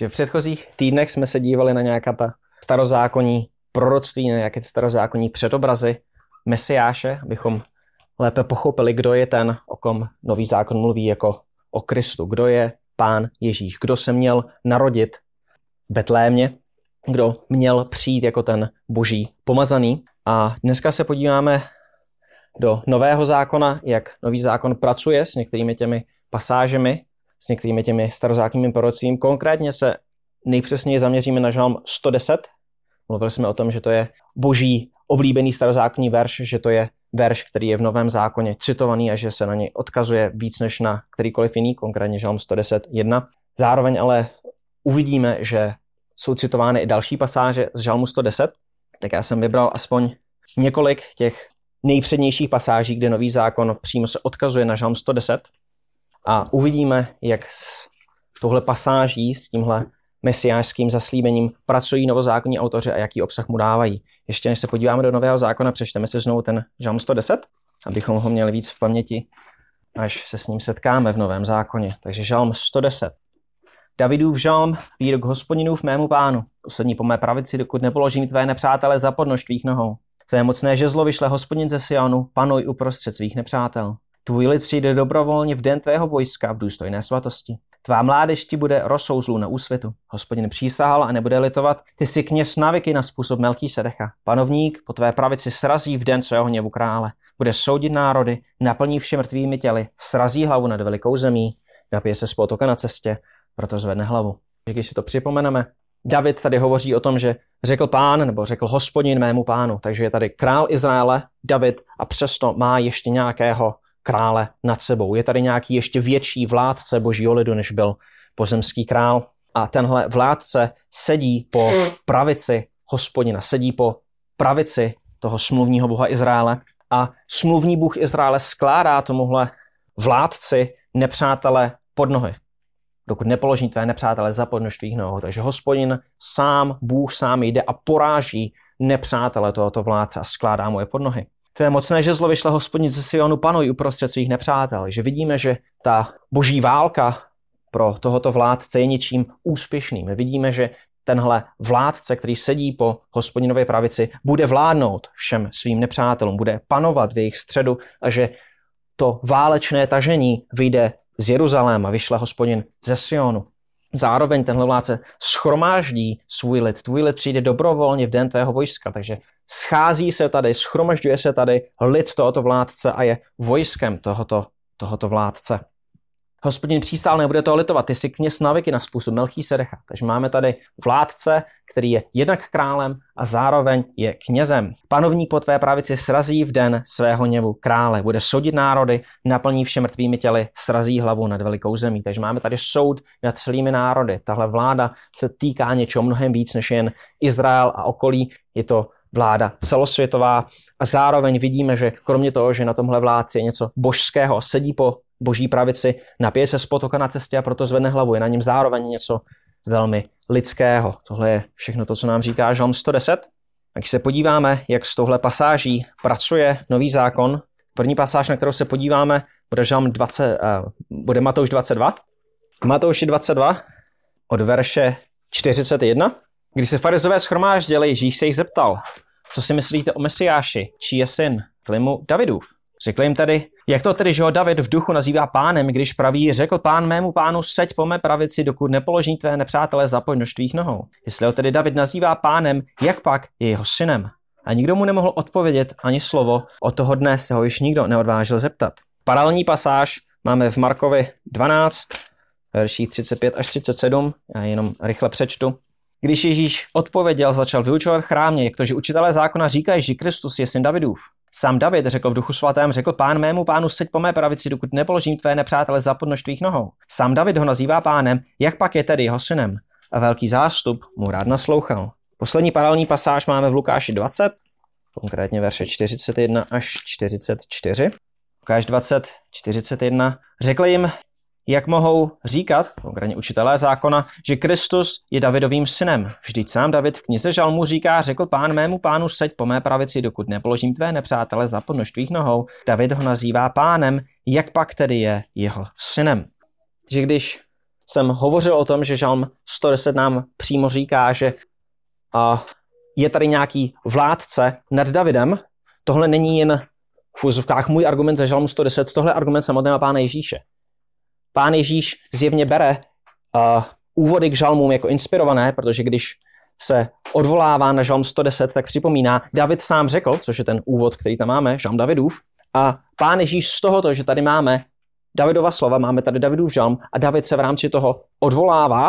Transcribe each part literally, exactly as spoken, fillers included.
Že v předchozích týdnech jsme se dívali na nějaká ta starozákonní proroctví, na nějaké starozákonní předobrazy Mesiáše, abychom lépe pochopili, kdo je ten, o kom Nový zákon mluví jako o Kristu. Kdo je Pán Ježíš, kdo se měl narodit v Betlémě, kdo měl přijít jako ten boží pomazaný. A dneska se podíváme do Nového zákona, jak Nový zákon pracuje s některými těmi pasážemi, s některými těmi starozákonnými proroctvím. Konkrétně se nejpřesněji zaměříme na žalm sto deset. Mluvili jsme o tom, že to je boží oblíbený starozákonní verš, že to je verš, který je v Novém zákoně citovaný a že se na něj odkazuje víc než na kterýkoliv jiný, konkrétně žalm sto deset jedna. Zároveň ale uvidíme, že jsou citovány i další pasáže z žalmu sto deset, tak já jsem vybral aspoň několik těch nejpřednějších pasáží, kde Nový zákon přímo se odkazuje na žalm sto deset a uvidíme, jak s touhle pasáží, s tímhle mesiášským zaslíbením pracují novozákonní autoři a jaký obsah mu dávají. Ještě než se podíváme do Nového zákona, přečteme si znovu ten žalm sto deset, abychom ho měli víc v paměti, až se s ním setkáme v Novém zákoně. Takže žalm sto deset. Davidův žalm, výrok Hospodinův mému pánu. Usedni po mé pravici, dokud nepoložím tvé nepřátele za podnož tvých nohou. Tvé mocné žezlo vyšle Hospodin ze Sionu, panuj uprostřed svých nepřátel. Tvůj lid přijde dobrovolně v den tvého vojska v důstojné svatosti. Tvá mládež ti bude rozsouzlů na úsvitu. Hospodin přísahal a nebude litovat. Ty jsi kněz navyky na způsob Melchísedecha. Panovník po tvé pravici srazí v den svého hněvu krále. Bude soudit národy, naplní vše mrtvými těly, srazí hlavu nad velikou zemí, napije se z potoka na cestě, proto zvedne hlavu. Když si to připomeneme, David tady hovoří o tom, že řekl pán, nebo řekl Hospodin mému pánu, takže je tady král Izraele, David, a přesto má ještě nějakého krále nad sebou. Je tady nějaký ještě větší vládce božího lidu, než byl pozemský král. A tenhle vládce sedí po pravici Hospodina, sedí po pravici toho smluvního boha Izraele. A smluvní bůh Izraele skládá tomuhle vládci nepřátele pod nohy, dokud nepoloží tvé nepřátele za podnož tvých nohou. Takže Hospodin sám, Bůh sám jde a poráží nepřátele tohoto vládce a skládá mu je pod nohy. Tvé mocné žezlo vyšle Hospodin ze Sionu, panuj uprostřed svých nepřátel. Že vidíme, že ta boží válka pro tohoto vládce je něčím úspěšným. My vidíme, že tenhle vládce, který sedí po Hospodinově pravici, bude vládnout všem svým nepřátelům, bude panovat v jejich středu a že to válečné tažení vyjde z Jeruzaléma, vyšle Hospodin ze Sionu. Zároveň tenhle vládce schromáždí svůj lid. Tvůj lid přijde dobrovolně v den tvého vojska, takže schází se tady, schromažďuje se tady lid tohoto vládce a je vojskem tohoto, tohoto vládce. Hospodin přístal, nebude toho litovat, ty jsi kněz navyky na způsob Melchísedecha. Takže máme tady vládce, který je jednak králem a zároveň je knězem. Panovník po tvé pravici srazí v den svého hněvu krále, bude soudit národy, naplní vše mrtvými těly, srazí hlavu nad velikou zemí. Takže máme tady soud nad celými národy. Tahle vláda se týká něčeho mnohem víc než jen Izrael a okolí. Je to vláda celosvětová a zároveň vidíme, že kromě toho, že na tomhle vládci je něco božského, sedí po boží pravici, napije se z potoka na cestě a proto zvedne hlavu. Je na něm zároveň něco velmi lidského. Tohle je všechno to, co nám říká žalm sto deset. A když se podíváme, jak s touhle pasáží pracuje Nový zákon, první pasáž, na kterou se podíváme, bude žalm dvacet, uh, bude Matouš dvacet dva. Matouši dvacet dva od verše čtyřicet jedna. Když se farizové shromáždili, Ježíš se jich zeptal, co si myslíte o Mesiáši, čí je syn? Řekli mu Davidův. Řekl jim tedy, jak to tedy, že ho David v duchu nazývá pánem, když praví, řekl pán mému pánu, seď po mé pravici, dokud nepoloží tvé nepřátele za podnož tvých nohou. Jestli ho tedy David nazývá pánem, jak pak je jeho synem? A nikdo mu nemohl odpovědět ani slovo, od toho dne se ho již nikdo neodvážil zeptat. Paralelní pasáž máme v Markovi dvanáct, verších třicet pět až třicet sedm, já jenom rychle přečtu. Když Ježíš odpověděl, začal vyučovat v chrámě, jak to, že učitelé zákona říkají, že Kristus je syn Davidův. Sám David řekl v duchu svatém, řekl pán mému pánu, seď po mé pravici, dokud nepoložím tvé nepřátele za podnož tvých nohou. Sám David ho nazývá pánem, jak pak je tedy jeho synem? A velký zástup mu rád naslouchal. Poslední paralelní pasáž máme v Lukáši dvacet, konkrétně verše čtyřicet jedna až čtyřicet čtyři. Lukáš dvacet, čtyřicet jedna. Řekl jim, jak mohou říkat, konkrétně učitelé zákona, že Kristus je Davidovým synem. Vždyť sám David v knize Žalmů říká, řekl pán mému pánu, seď po mé pravici, dokud nepoložím tvé nepřátele za podnož tvých nohou. David ho nazývá pánem, jak pak tedy je jeho synem. Že když jsem hovořil o tom, že žalm sto deset nám přímo říká, že uh, je tady nějaký vládce nad Davidem. Tohle není jen v úzovkách můj argument ze žalmu sto deset, tohle je argument samotného Pána Ježíše. Pán Ježíš zjevně bere uh, úvody k žalmům jako inspirované, protože když se odvolává na žalm sto deset, tak připomíná, David sám řekl, což je ten úvod, který tam máme, žalm Davidův, a Pán Ježíš z tohoto, že tady máme Davidova slova, máme tady Davidův žalm a David se v rámci toho odvolává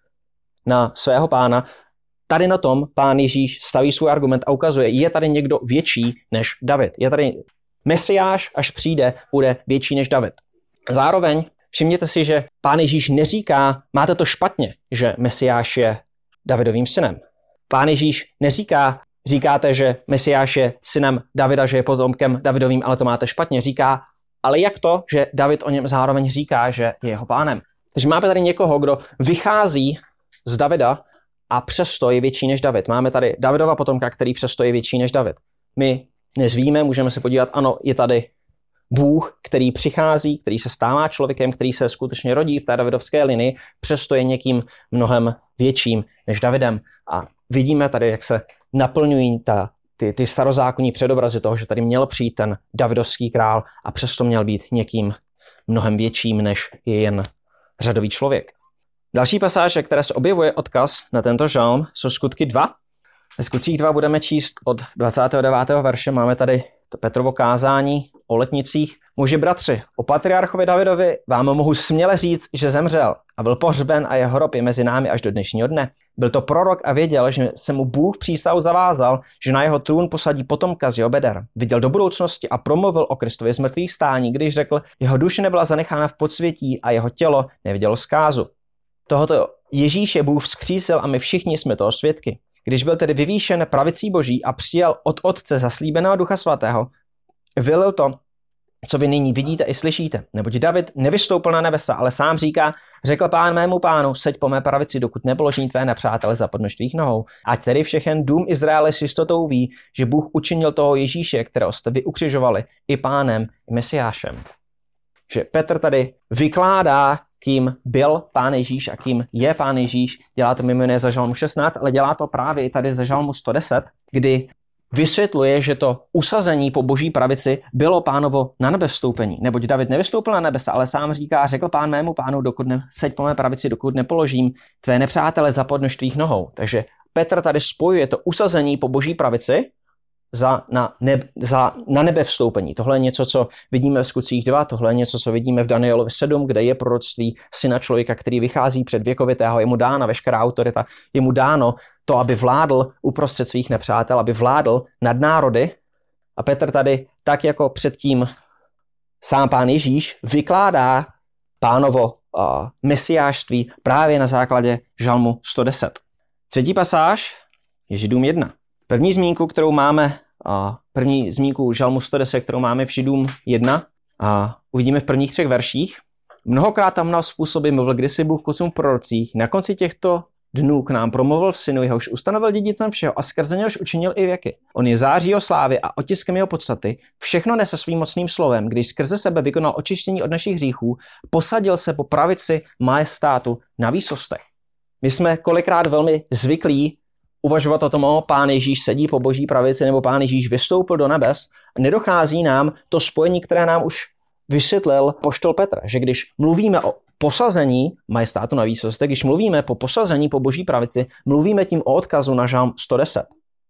na svého pána. Tady na tom Pán Ježíš staví svůj argument a ukazuje, je tady někdo větší než David. Je tady Mesiáš, až přijde, bude větší než David. Zároveň všimněte si, že Pán Ježíš neříká, máte to špatně, že Mesiáš je Davidovým synem. Pán Ježíš neříká, říkáte, že Mesiáš je synem Davida, že je potomkem Davidovým, ale to máte špatně. Říká, ale jak to, že David o něm zároveň říká, že je jeho pánem. Takže máme tady někoho, kdo vychází z Davida a přesto je větší než David. Máme tady Davidova potomka, který přesto je větší než David. My dnes víme, můžeme se podívat, ano, je tady Bůh, který přichází, který se stává člověkem, který se skutečně rodí v té davidovské linii, přesto je někým mnohem větším než Davidem. A vidíme tady, jak se naplňují ta, ty, ty starozákonní předobrazy toho, že tady měl přijít ten davidovský král a přesto měl být někým mnohem větším, než je jen řadový člověk. Další pasáže, které se objevuje odkaz na tento žalm, jsou Skutky dva. Ve Skutcích dva budeme číst od dvacátého devátého verše. Máme tady to Petrovo kázání o letnicích. Muži bratři, o patriarchovi Davidovi vám mohu směle říct, že zemřel a byl pohřben a jeho hrob je mezi námi až do dnešního dne. Byl to prorok a věděl, že se mu Bůh přísahu zavázal, že na jeho trůn posadí potomka z jeho beder. Viděl do budoucnosti a promluvil o Kristově zmrtvých stání, když řekl, jeho duše nebyla zanechána v podsvětí a jeho tělo nevidělo zkázu. Tohoto Ježíše Bůh vzkřísil a my všichni jsme toho svědky. Když byl tedy vyvýšen pravicí Boží a přijal od Otce zaslíbeného Ducha Svatého, vylil to, co vy nyní vidíte i slyšíte. Neboť David nevystoupil na nebesa, ale sám říká, řekl Pán mému pánu, seď po mé pravici, dokud nepoložím tvé nepřátele za podnož tvých nohou. Ať tedy všechen dům Izraele s jistotou ví, že Bůh učinil toho Ježíše, kterého jste vy ukřižovali, i pánem, i Mesiášem. Že Petr tady vykládá, kým byl Pán Ježíš a kým je Pán Ježíš. Dělá to mimo jiné za žalmu šestnáct, ale dělá to právě i tady za žalmu sto deset, kdy vysvětluje, že to usazení po Boží pravici bylo Pánovo na nebe vstoupení. Neboť David nevystoupil na nebesa, ale sám říká, řekl Pán mému pánu, dokud ne, seď po mé pravici, dokud nepoložím tvé nepřátele za podnož tvých nohou. Takže Petr tady spojuje to usazení po Boží pravici za na, neb, za na nebe vstoupení. Tohle je něco, co vidíme v Skutcích dva, tohle je něco, co vidíme v Danielovi sedm, kde je proroctví syna člověka, který vychází před věkovitého, je mu dána veškerá autorita, je mu dáno to, aby vládl uprostřed svých nepřátel, aby vládl nad národy. A Petr tady, tak jako předtím sám Pán Ježíš, vykládá Pánovo uh, mesiášství právě na základě žalmu sto deset. Třetí pasáž je Židům jedna. První zmínku, kterou máme, a první zmínku žalmu sto deset, kterou máme v Židům jedna, a uvidíme v prvních třech verších. Mnohokrát tam na způsoby mluvil kdysi Bůh k otcům v prorocích. Na konci těchto dnů k nám promluvil v synu, jehož ustanovil dědicem všeho a skrze něhož učinil i věky. On je září jeho slávy a otiskem jeho podstaty. Všechno nese svým mocným slovem, když skrze sebe vykonal očištění od našich hříchů, posadil se po pravici majestátu na výsostech. My jsme kolikrát velmi zvyklí uvažovat o tom, o Pán Ježíš sedí po Boží pravici nebo Pán Ježíš vystoupil do nebes. Nedochází nám to spojení, které nám už vysvětlil apoštol Petr, že když mluvíme o posazení majestátu na výsostech, když mluvíme po posazení po Boží pravici, mluvíme tím o odkazu na žalm sto deset.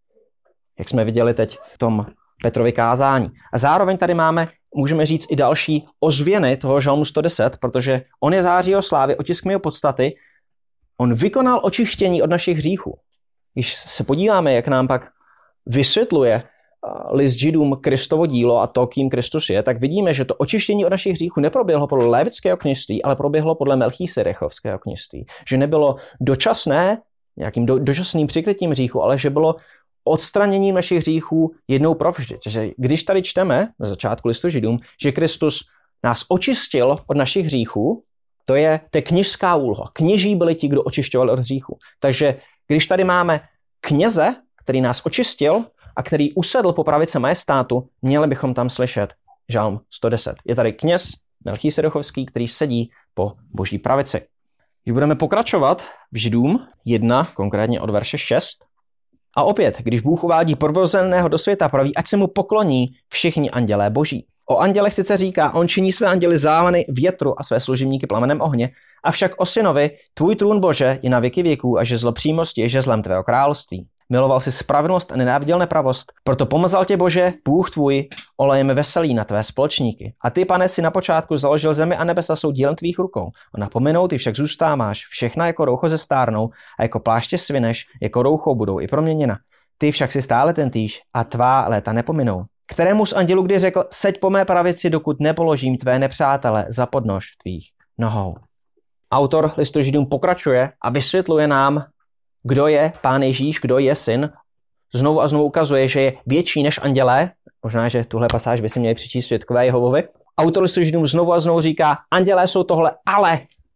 Jak jsme viděli teď v tom Petrově kázání. A zároveň tady máme, můžeme říct, i další ozvěny toho žalmu sto deset, protože on je září jeho slávy, otiskem jeho podstaty. On vykonal očištění od našich hříchů. Když se podíváme, jak nám pak vysvětluje list Židům Kristovo dílo a to, kým Kristus je, tak vidíme, že to očištění od našich hříchů neproběhlo podle lévického kněžství, ale proběhlo podle Melchisedechovského kněžství. Že nebylo dočasné, nějakým do, dočasným přikrytím hříchu, ale že bylo odstraněním našich hříchů jednou provždy. Takže když tady čteme na začátku listu Židům, že Kristus nás očistil od našich hříchů, to je, to je kněžská úloha. Kněží byli ti, kdo očišťovali od hříchu. Takže když tady máme kněze, který nás očistil a který usedl po pravici majestátu, měli bychom tam slyšet žalm sto deset. Je tady kněz Melchisedechovský, který sedí po Boží pravici. Když budeme pokračovat v Židům jedna, konkrétně od verše šest. A opět, když Bůh uvádí prvorozeného do světa, praví, ať se mu pokloní všichni andělé boží. O andělech sice říká, on činí své anděly závany větru a své služebníky plamenem ohně, avšak o synovi, tvůj trůn Bože je na věky věků a žezlo přímosti je žezlem tvého království. Miloval si spravedlnost a nenáviděl nepravost, proto pomazal tě Bože, Bůh tvůj, olejem veselý na tvé společníky. A ty, pane, si na počátku založil zemi a nebesa jsou dílem tvých rukou. A napomenou ty však zůstáváš, všechna jako roucho zestárnou a jako pláště svineš, jako rouchou budou i proměněna. Ty však si stále tentýž a tvá léta nepominou. Kterému z andělů kdy řekl, seď po mé pravici, dokud nepoložím tvé nepřátele za podnož tvých nohou. Autor listu Židům pokračuje a vysvětluje nám, kdo je Pán Ježíš, kdo je syn. Znovu a znovu ukazuje, že je větší než andělé. Možná, že tuhle pasáž by si měli přečíst svědkové Jehovovi. Autor listu Židům znovu a znovu říká, andělé jsou tohle, ale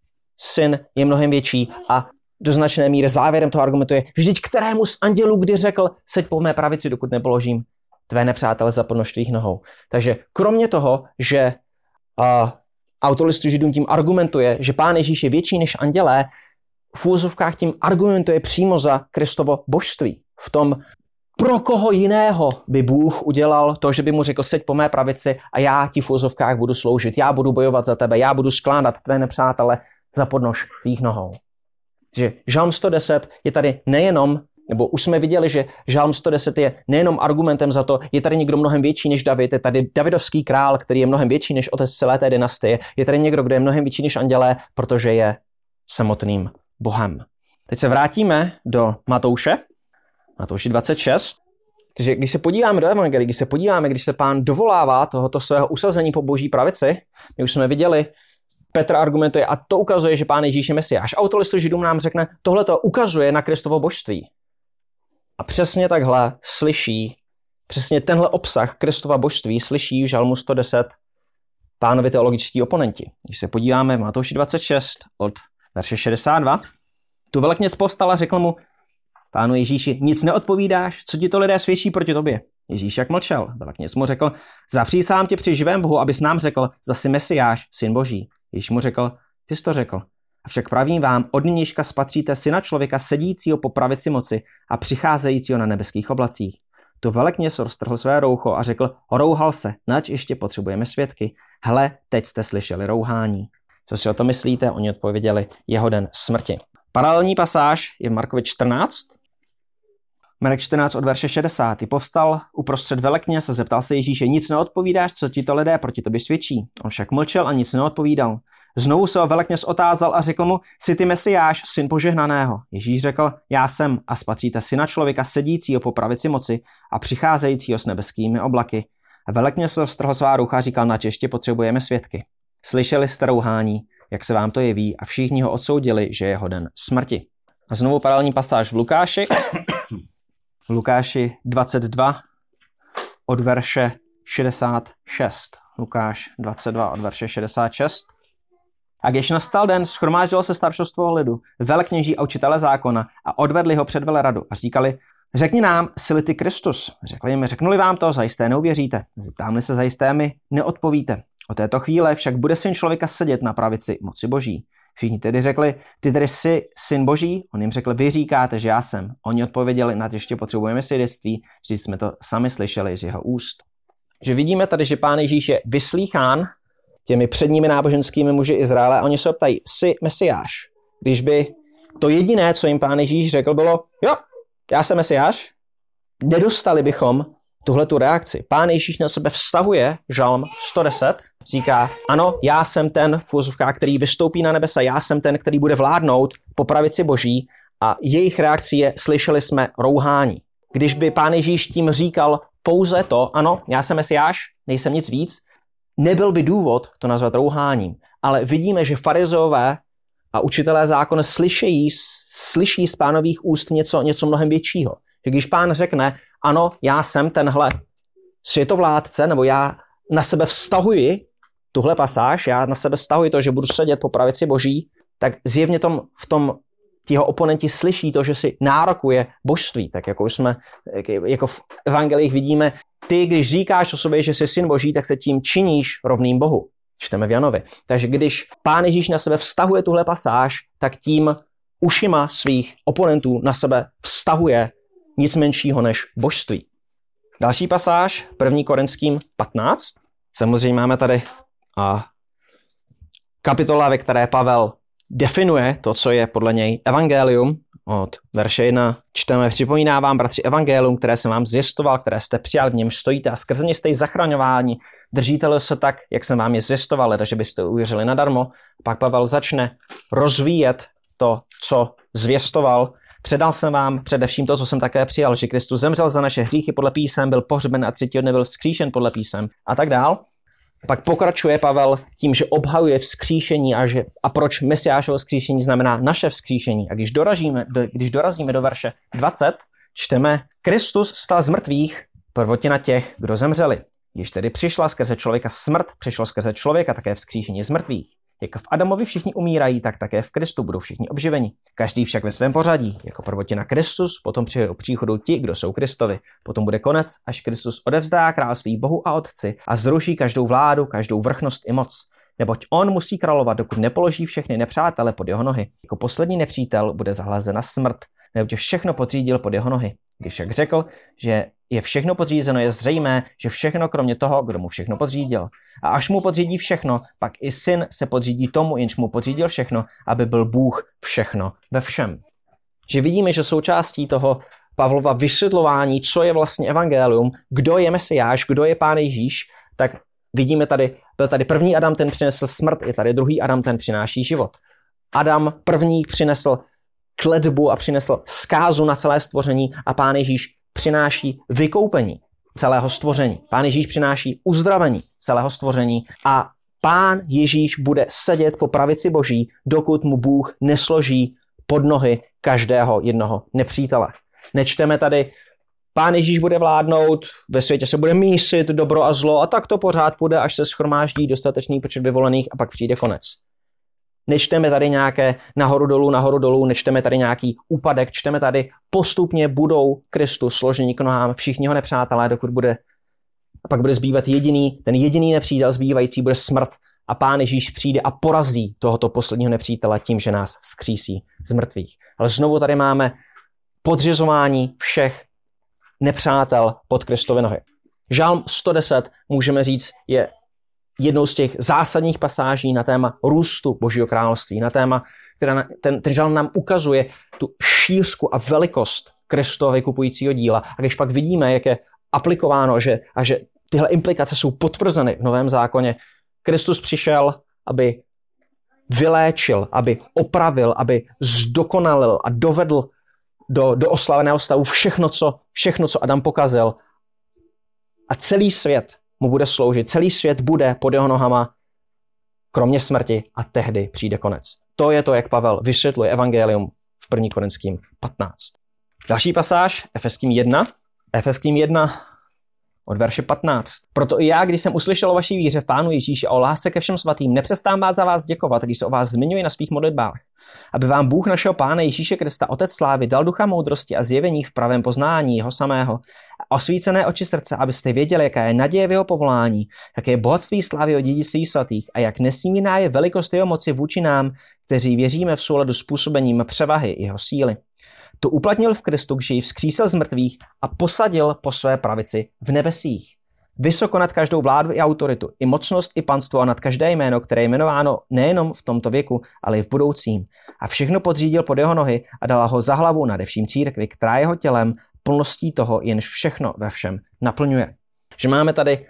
syn je mnohem větší a do značné míry závěrem toho argumentu je, vždyť kterému z andělů kdy řekl, seď po mé pravici, dokud nepoložím tvé nepřátele za podnož tvých nohou. Takže kromě toho, že uh, autor listu Židům tím argumentuje, že Pán Ježíš je větší než andělé, v úvozovkách tím argumentuje přímo za Kristovo božství. V tom, pro koho jiného by Bůh udělal to, že by mu řekl, seď po mé pravici a já ti v úvozovkách budu sloužit, já budu bojovat za tebe, já budu skládat tvé nepřátele za podnož tvých nohou. Takže Žalm sto deset je tady nejenom, nebo už jsme viděli, že Žalm sto deset je nejenom argumentem za to, je tady někdo mnohem větší než David, je tady Davidovský král, který je mnohem větší než otec celé té dynastie, je tady někdo, kdo je mnohem větší než andělé, protože je samotným Bohem. Teď se vrátíme do Matouše, Matouši dvacet šest. Takže když se podíváme do Evangelii, když se podíváme, když se Pán dovolává tohoto svého usazení po boží pravici, my už jsme viděli, Petr argumentuje a to ukazuje, že Pán Ježíš je Mesiáš. Autor listu Židům nám řekne, tohle to ukazuje na Kristovo božství. A přesně takhle slyší, přesně tenhle obsah Kristova božství slyší v Žalmu sto deset Pánovi teologičtí oponenti. Když se podíváme v Matouši dvacet šest od verše šedesát dva, tu velekněz povstal a řekl mu, Pánu Ježíši, nic neodpovídáš, co ti to lidé svědčí proti tobě? Ježíš jak mlčel. Velekněz mu řekl, zapřísahám tě při živém Bohu, abys nám řekl, zda jsi Mesiáš, syn Boží. Ježíš mu řekl, ty jsi to řekl. Avšak pravím vám, od nynějška spatříte syna člověka sedícího po pravici moci a přicházejícího na nebeských oblacích. Tu velekněz roztrhl své roucho a řekl, rouhal se, nač ještě potřebujeme svědky. Hele, teď jste slyšeli rouhání. Co si o to myslíte? Oni odpověděli, jeho den smrti. Paralelní pasáž je v Markovi čtrnáct. Marek čtrnáct od verše šedesát. Povstal uprostřed velekněz a zeptal se Ježíše, nic neodpovídáš, co ti to lidé proti tobě svědčí. On však mlčel a nic neodpovídal. Znovu se ho velekněz otázal a řekl mu, jsi ty Mesiáš, syn požehnaného. Ježíš řekl, já jsem a spatříte syna člověka sedícího po pravici moci a přicházejícího s nebeskými oblaky. A velekněz roztrhl svá rucha a říkal, nač ještě potřebujeme svědky. Slyšeli jste rouhání, jak se vám to jeví a všichni ho odsoudili, že je hoden smrti. A znovu paralelní pasáž v Lukáši. V Lukáši dvacet dva od verše šedesát šest. Lukáš dvacet dva od verše šedesát šest. A když nastal den, shromáždilo se staršostvo lidu, velekněží a učitele zákona a odvedli ho před veleradu a říkali, řekni nám, jsi-li ty Kristus. Řekli jim, řeknuli vám to, zajisté neuvěříte. Zeptám-li se zajisté mi, neodpovíte. O této chvíle však bude syn člověka sedět na pravici moci boží. Všichni tedy řekli, ty tedy jsi syn boží? On jim řekl, vy říkáte, že já jsem. Oni odpověděli, na ještě potřebujeme svědectví, vždyť jsme to sami slyšeli z jeho úst. Že vidíme tady, že Pán Ježíš je vyslýchán těmi předními náboženskými muži Izraele a oni se ptají, jsi Mesiáš? Když by to jediné, co jim Pán Ježíš řekl, bylo, jo, já jsem Mesiáš, nedostali bychom tuhle tu reakci. Pán Ježíš na sebe vztahuje Žalm sto deset, říká, ano, já jsem ten v úvozovkách, který vystoupí na nebesa, já jsem ten, který bude vládnout po pravici boží a jejich reakcí je, slyšeli jsme rouhání. Když by Pán Ježíš tím říkal pouze to, ano, já jsem Mesiáš, nejsem nic víc, nebyl by důvod to nazvat rouháním. Ale vidíme, že farizeové a učitelé zákona slyší, slyší z Pánových úst něco, něco mnohem většího. Že když Pán řekne, ano, já jsem tenhle světovládce, nebo já na sebe vztahuji tuhle pasáž, já na sebe vztahuji to, že budu sedět po pravici boží, tak zjevně tom, v tom jeho oponenti slyší to, že si nárokuje božství. Tak jako už jsme, jako v evangelích vidíme, ty, když říkáš o sobě, že jsi syn boží, tak se tím činíš rovným Bohu. Čteme v Janovi. Takže když Pán Ježíš na sebe vztahuje tuhle pasáž, tak tím ušima svých oponentů na sebe vztahuje nic menšího než božství. Další pasáž, první Korinským patnáct. Samozřejmě máme tady a, kapitola, ve které Pavel definuje to, co je podle něj evangelium. Od verše jedna čteme: připomínám vám, bratři, evangelium, které jsem vám zvěstoval, které jste přijali, v něm stojíte a skrze ně jste zachraňováni. Držíte-li se tak, jak jsem vám je zvěstoval, takže byste uvěřili nadarmo. Pak Pavel začne rozvíjet to, co zvěstoval. Předal jsem vám především to, co jsem také přijal, že Kristus zemřel za naše hříchy podle písem, byl pohřben a třetího dne byl vzkříšen podle písem a tak dál. Pak pokračuje Pavel tím, že obhajuje vzkříšení a, že, a proč Mesiášovo vzkříšení znamená naše vzkříšení. A když dorazíme, do, když dorazíme do verše dvacet, čteme: Kristus vstal z mrtvých, prvotina těch, kdo zemřeli. Když tedy přišla skrze člověka smrt, přišlo skrze člověka také vzkříšení z mrtvých. Jako v Adamovi všichni umírají, tak také v Kristu budou všichni obživeni. Každý však ve svém pořadí. Jako prvotina Kristus, potom při příchodu ti, kdo jsou Kristovi. Potom bude konec, až Kristus odevzdá království Bohu a Otci a zruší každou vládu, každou vrchnost i moc. Neboť on musí královat, dokud nepoloží všechny nepřátele pod jeho nohy. Jako poslední nepřítel bude zahlazena smrt, neboť všechno podřídil pod jeho nohy. Když však řekl, že je všechno podřízeno, je zřejmé, že všechno kromě toho, kdo mu všechno podřídil. A až mu podřídí všechno, pak i syn se podřídí tomu, jenž mu podřídil všechno, aby byl Bůh všechno ve všem. Že vidíme, že součástí toho Pavlova vysvětlování, co je vlastně evangelium, kdo je Mesiáš, kdo je Pán Ježíš, tak vidíme tady, byl tady první Adam, ten přinesl smrt, je tady druhý Adam, ten přináší život. Adam první přinesl kletbu a přinesl zkázu na celé stvoření a Pán Ježíš přináší vykoupení celého stvoření. Pán Ježíš přináší uzdravení celého stvoření a Pán Ježíš bude sedět po pravici Boží, dokud mu Bůh nesloží pod nohy každého jednoho nepřítele. Nečteme tady: Pán Ježíš bude vládnout, ve světě se bude mísit dobro a zlo a tak to pořád půjde, až se shromáždí dostatečný počet vyvolených a pak přijde konec. Nečteme tady nějaké nahoru dolů, nahoru dolů, nečteme tady nějaký úpadek, čteme tady: postupně budou Kristu složení k nohám všichni ho nepřátelé, dokud bude, a pak bude zbývat jediný, ten jediný nepřítel zbývající bude smrt a Pán Ježíš přijde a porazí tohoto posledního nepřítele tím, že nás vzkřísí z mrtvých. Ale znovu tady máme podřizování všech nepřátel pod Kristovy nohy. Žálm sto deset, můžeme říct, je jednou z těch zásadních pasáží na téma růstu Božího království, na téma, která ten, ten žalm nám ukazuje tu šířku a velikost Kristova vykupujícího díla. A když pak vidíme, jak je aplikováno že, a že tyhle implikace jsou potvrzeny v Novém zákoně, Kristus přišel, aby vyléčil, aby opravil, aby zdokonalil a dovedl do, do oslaveného stavu všechno co, všechno, co Adam pokazil. A celý svět mu bude sloužit, celý svět bude pod jeho nohama, kromě smrti, a tehdy přijde konec. To je to, jak Pavel vysvětluje evangelium v první Korinským patnáct. Další pasáž, Efeským jedna. Efeským jedna od verše patnáct. Proto i já, když jsem uslyšel o vaší víře v Pánu Ježíši a o lásce ke všem svatým, nepřestávám za vás děkovat, když se o vás zmiňuji na svých modlitbách, aby vám Bůh našeho Pána Ježíše Krista, Otec slávy, dal ducha moudrosti a zjevení v pravém poznání jeho samého, a osvícené oči srdce, abyste věděli, jaká je naděje v jeho povolání, jaké je bohatství slávy o dědictví svatých a jak nesmírná je velikost jeho moci vůči nám, kteří věříme v souladu s působením převahy jeho síly. To uplatnil v Kristu, když jej vzkřísil z mrtvých a posadil po své pravici v nebesích. Vysoko nad každou vládu i autoritu, i mocnost, i panstvo a nad každé jméno, které je jmenováno nejenom v tomto věku, ale i v budoucím. A všechno podřídil pod jeho nohy a dala ho za hlavu nade vším církvi, která jeho tělem plností toho, jenž všechno ve všem naplňuje. Že máme tady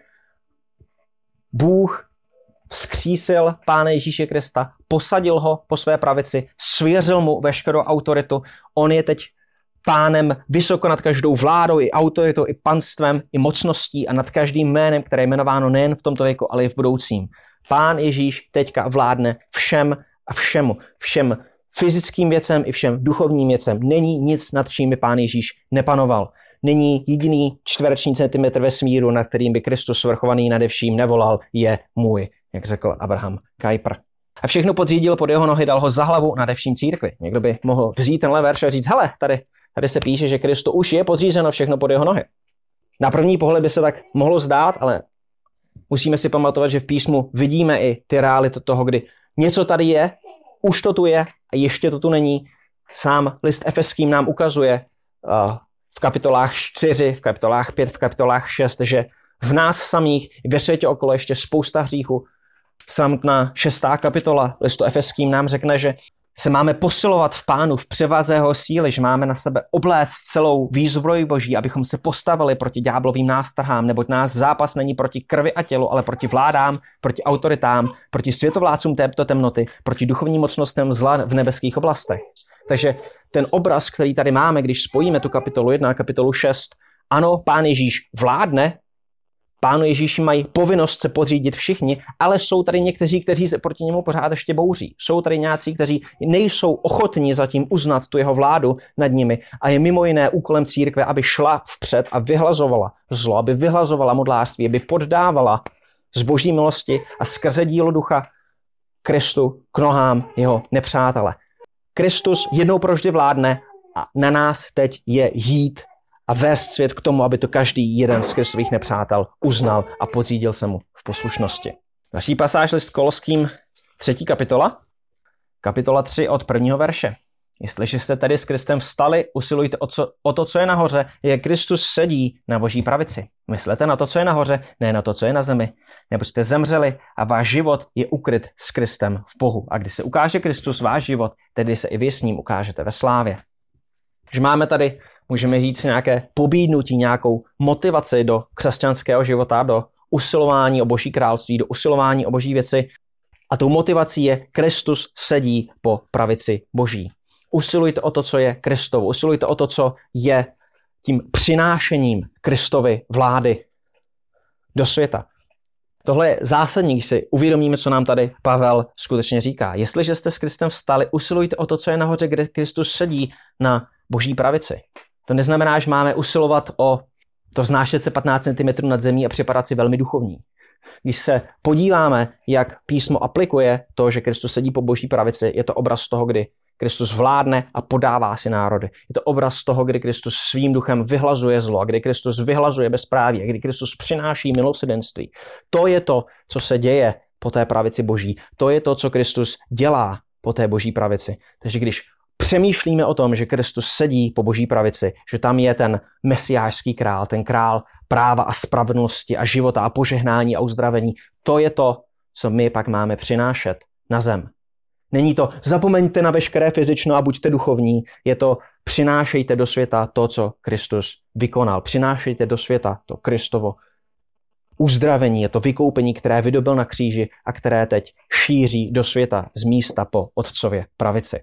Bůh vzkřísil Pána Ježíše Krista, posadil ho po své pravici, svěřil mu veškerou autoritu. On je teď pánem vysoko nad každou vládou i autoritou, i panstvem, i mocností a nad každým jménem, které je jmenováno nejen v tomto věku, ale i v budoucím. Pán Ježíš teďka vládne všem a všemu, všem fyzickým věcem i všem duchovním věcem. Není nic, nad čím by Pán Ježíš nepanoval. Není jediný čtvereční centimetr vesmíru, nad kterým by Kristus svrchovaný nade vším nevolal, je můj, jak řekl Abraham Kuyper. A všechno podřídil pod jeho nohy, dal ho za hlavu nade vším církvi. Někdo by mohl vzít tenhle verš a říct: hele, tady, tady se píše, že Kristu už je podřízeno všechno pod jeho nohy. Na první pohled by se tak mohlo zdát, ale Musíme si pamatovat, že v písmu vidíme i ty reality toho, kdy něco tady je, už to tu je a ještě to tu není. Sám list Efeským nám ukazuje uh, v kapitolách čtyři, v kapitolách pět, v kapitolách šest, že v nás samých i ve světě okolo ještě spousta hříchu. Samotná šestá kapitola listu Efeským nám řekne, že se máme posilovat v Pánu, v převaze jeho síly, že máme na sebe obléct celou výzbroj Boží, abychom se postavili proti ďáblovým nástrahám, neboť náš zápas není proti krvi a tělu, ale proti vládám, proti autoritám, proti světovládcům této temnoty, proti duchovním mocnostem zla v nebeských oblastech. Takže ten obraz, který tady máme, když spojíme tu kapitolu jedna a kapitolu šest, ano, Pán Ježíš vládne, Pánu Ježíši mají povinnost se podřídit všichni, ale jsou tady někteří, kteří se proti němu pořád ještě bouří. Jsou tady nějací, kteří nejsou ochotní zatím uznat tu jeho vládu nad nimi a je mimo jiné úkolem církve, aby šla vpřed a vyhlazovala zlo, aby vyhlazovala modlářství, aby poddávala z boží milosti a skrze dílo ducha Kristu k nohám jeho nepřátele. Kristus jednou provždy vládne a na nás teď je jít a vést svět k tomu, aby to každý jeden z Kristových nepřátel uznal a podřídil se mu v poslušnosti. Další pasáž list Koloským, třetí kapitola, kapitola tři od prvního verše. Jestliže jste tedy s Kristem vstali, usilujte o, co, o to, co je nahoře, je Kristus sedí na boží pravici. Myslete na to, co je nahoře, ne na to, co je na zemi. Nebo jste zemřeli a váš život je ukryt s Kristem v Bohu. A když se ukáže Kristus váš život, tedy se i vy s ním ukážete ve slávě. Že máme tady, můžeme říct, nějaké pobídnutí, nějakou motivaci do křesťanského života, do usilování o boží království, do usilování o boží věci. A tou motivací je Kristus sedí po pravici boží. Usilujte o to, co je Kristovo. Usilujte o to, co je tím přinášením Kristovy vlády do světa. Tohle je zásadní, když si uvědomíme, co nám tady Pavel skutečně říká. Jestliže jste s Kristem vstali, usilujte o to, co je nahoře, kde Kristus sedí na boží pravici. To neznamená, že máme usilovat o to vznášet se patnáct centimetrů nad zemí a připadat si velmi duchovní. Když se podíváme, jak písmo aplikuje to, že Kristus sedí po boží pravici, je to obraz toho, kdy Kristus vládne a podává si národy. Je to obraz toho, kdy Kristus svým duchem vyhlazuje zlo, kdy Kristus vyhlazuje bezpráví, kdy Kristus přináší milosrdenství. To je to, co se děje po té pravici boží. To je to, co Kristus dělá po té boží pravici. Takže když přemýšlíme o tom, že Kristus sedí po boží pravici, že tam je ten mesiášský král, ten král práva a spravedlnosti a života a požehnání a uzdravení, to je to, co my pak máme přinášet na zem. Není to zapomeňte na veškeré fyzično a buďte duchovní, je to přinášejte do světa to, co Kristus vykonal. Přinášejte do světa to Kristovo uzdravení, je to vykoupení, které vydobil na kříži a které teď šíří do světa z místa po otcově pravici.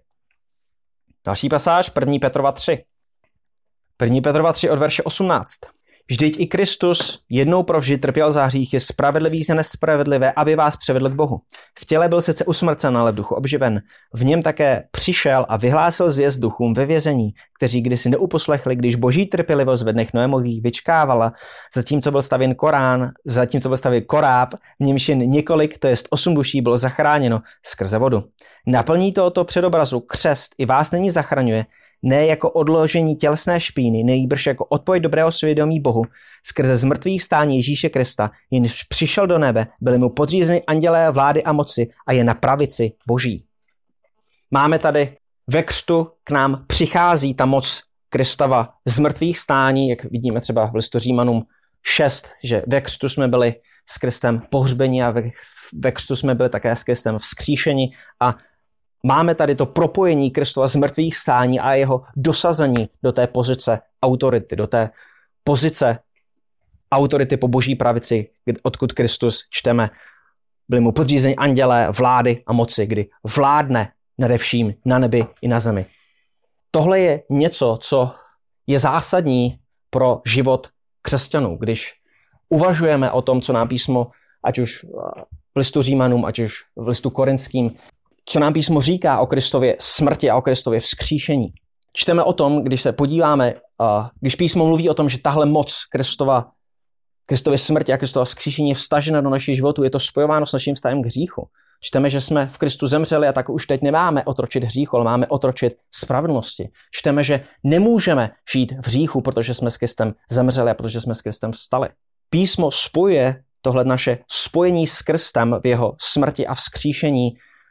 Další pasáž, první Petrova tři. první Petrova tři od verše osmnáct. Vždyť i Kristus jednou provždy trpěl za hříchy spravedlivý za nespravedlivé, aby vás převedl k Bohu. V těle byl sice usmrcen, ale v duchu obživen. V něm také přišel a vyhlásil zvěst duchům ve vězení, kteří kdysi neuposlechli, když boží trpělivost ve dnech Noemových vyčkávala, zatímco byl stavěn Korán, zatímco byl stavěn Koráb, v němž jen několik, to jest osm duší, bylo zachráněno skrze vodu. Naplní tohoto předobrazu křest i vás není zachraňuje, ne jako odložení tělesné špíny, nejbrž jako odpověď dobrého svědomí Bohu, skrze zmrtvých vstání Ježíše Krista, jenž přišel do nebe, byly mu podřízeny andělé vlády a moci a je na pravici Boží. Máme tady ve křtu k nám přichází ta moc Kristova zmrtvých vstání, jak vidíme třeba v listu Římanům šest, že ve křtu jsme byli s Kristem pohřbeni a ve, ve křtu jsme byli také s Kristem vzkříšeni a máme tady to propojení Kristova z mrtvých vstání a jeho dosazení do té pozice autority, do té pozice autority po boží pravici, odkud Kristus čteme. Byli mu podřízeni andělé, vlády a moci, kdy vládne nade vším na nebi i na zemi. Tohle je něco, co je zásadní pro život křesťanů. Když uvažujeme o tom, co nám písmo, ať už v listu Římanům, ať už v listu Korinským, co nám písmo říká o Kristově smrti a o Kristově vzkříšení. Čteme o tom, když se podíváme, když písmo mluví o tom, že tahle moc Kristova, Kristově smrti a Kristova vzkříšení je vstažena do našich životů, je to spojováno s naším vztahem k hříchu. Čteme, že jsme v Kristu zemřeli a tak už teď nemáme otročit hříchu, ale máme otročit spravedlnosti. Čteme, že nemůžeme žít v hříchu, protože jsme s Kristem zemřeli a protože jsme s Kristem vstali. Písmo spojuje tohle naše spojení s Kristem v jeho smrti a vzkříšení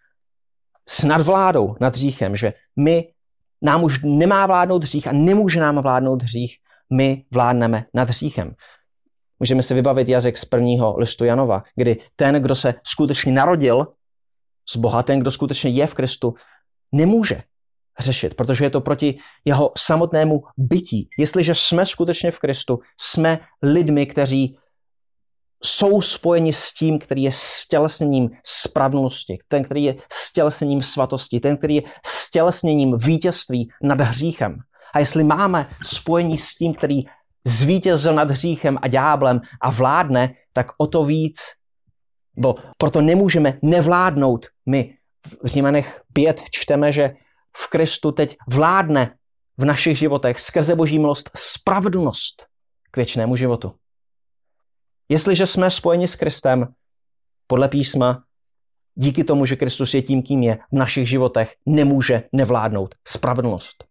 s nadvládou nad hříchem, že my, nám už nemá vládnout hřích a nemůže nám vládnout hřích, my vládneme nad hříchem. Můžeme si vybavit jazyk z prvního listu Janova, kdy ten, kdo se skutečně narodil z Boha, ten, kdo skutečně je v Kristu, nemůže hřešit, protože je to proti jeho samotnému bytí. Jestliže jsme skutečně v Kristu, jsme lidmi, kteří jsou spojeni s tím, který je stělesněním spravedlnosti, ten, který je stělesněním svatosti, ten, který je stělesněním vítězství nad hříchem. A jestli máme spojení s tím, který zvítězil nad hříchem a ďáblem a vládne, tak o to víc, bo proto nemůžeme nevládnout. My v Římanech pět čteme, že v Kristu teď vládne v našich životech skrze Boží milost spravedlnost k věčnému životu. Jestliže jsme spojeni s Kristem, podle písma, díky tomu, že Kristus je tím, kým je, v našich životech nemůže nevládnout spravedlnost.